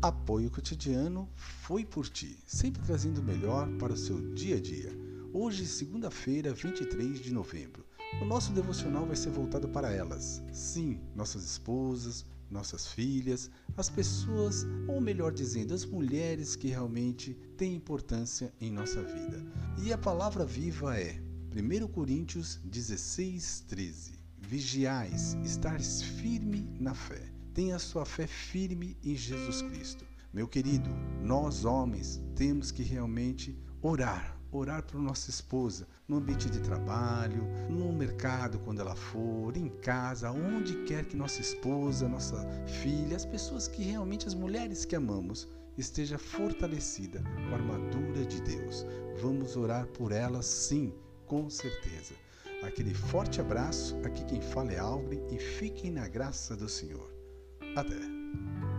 Apoio Cotidiano foi por ti, sempre trazendo o melhor para o seu dia a dia. Hoje, segunda-feira, 23 de novembro. O nosso devocional vai ser voltado para elas. Sim, nossas esposas, nossas filhas, as pessoas, ou melhor dizendo, as mulheres que realmente têm importância em nossa vida. E a palavra viva é 1 Coríntios 16:13. Vigiais, estares firme na fé. Tenha sua fé firme em Jesus Cristo. Meu querido, nós homens temos que realmente orar por nossa esposa, no ambiente de trabalho, no mercado quando ela for, em casa, onde quer que nossa esposa, nossa filha, as pessoas que realmente, as mulheres que amamos, esteja fortalecida com a armadura de Deus. Vamos orar por elas, sim, com certeza. Aquele forte abraço, aqui quem fala é Alvin e fiquem na graça do Senhor. Até!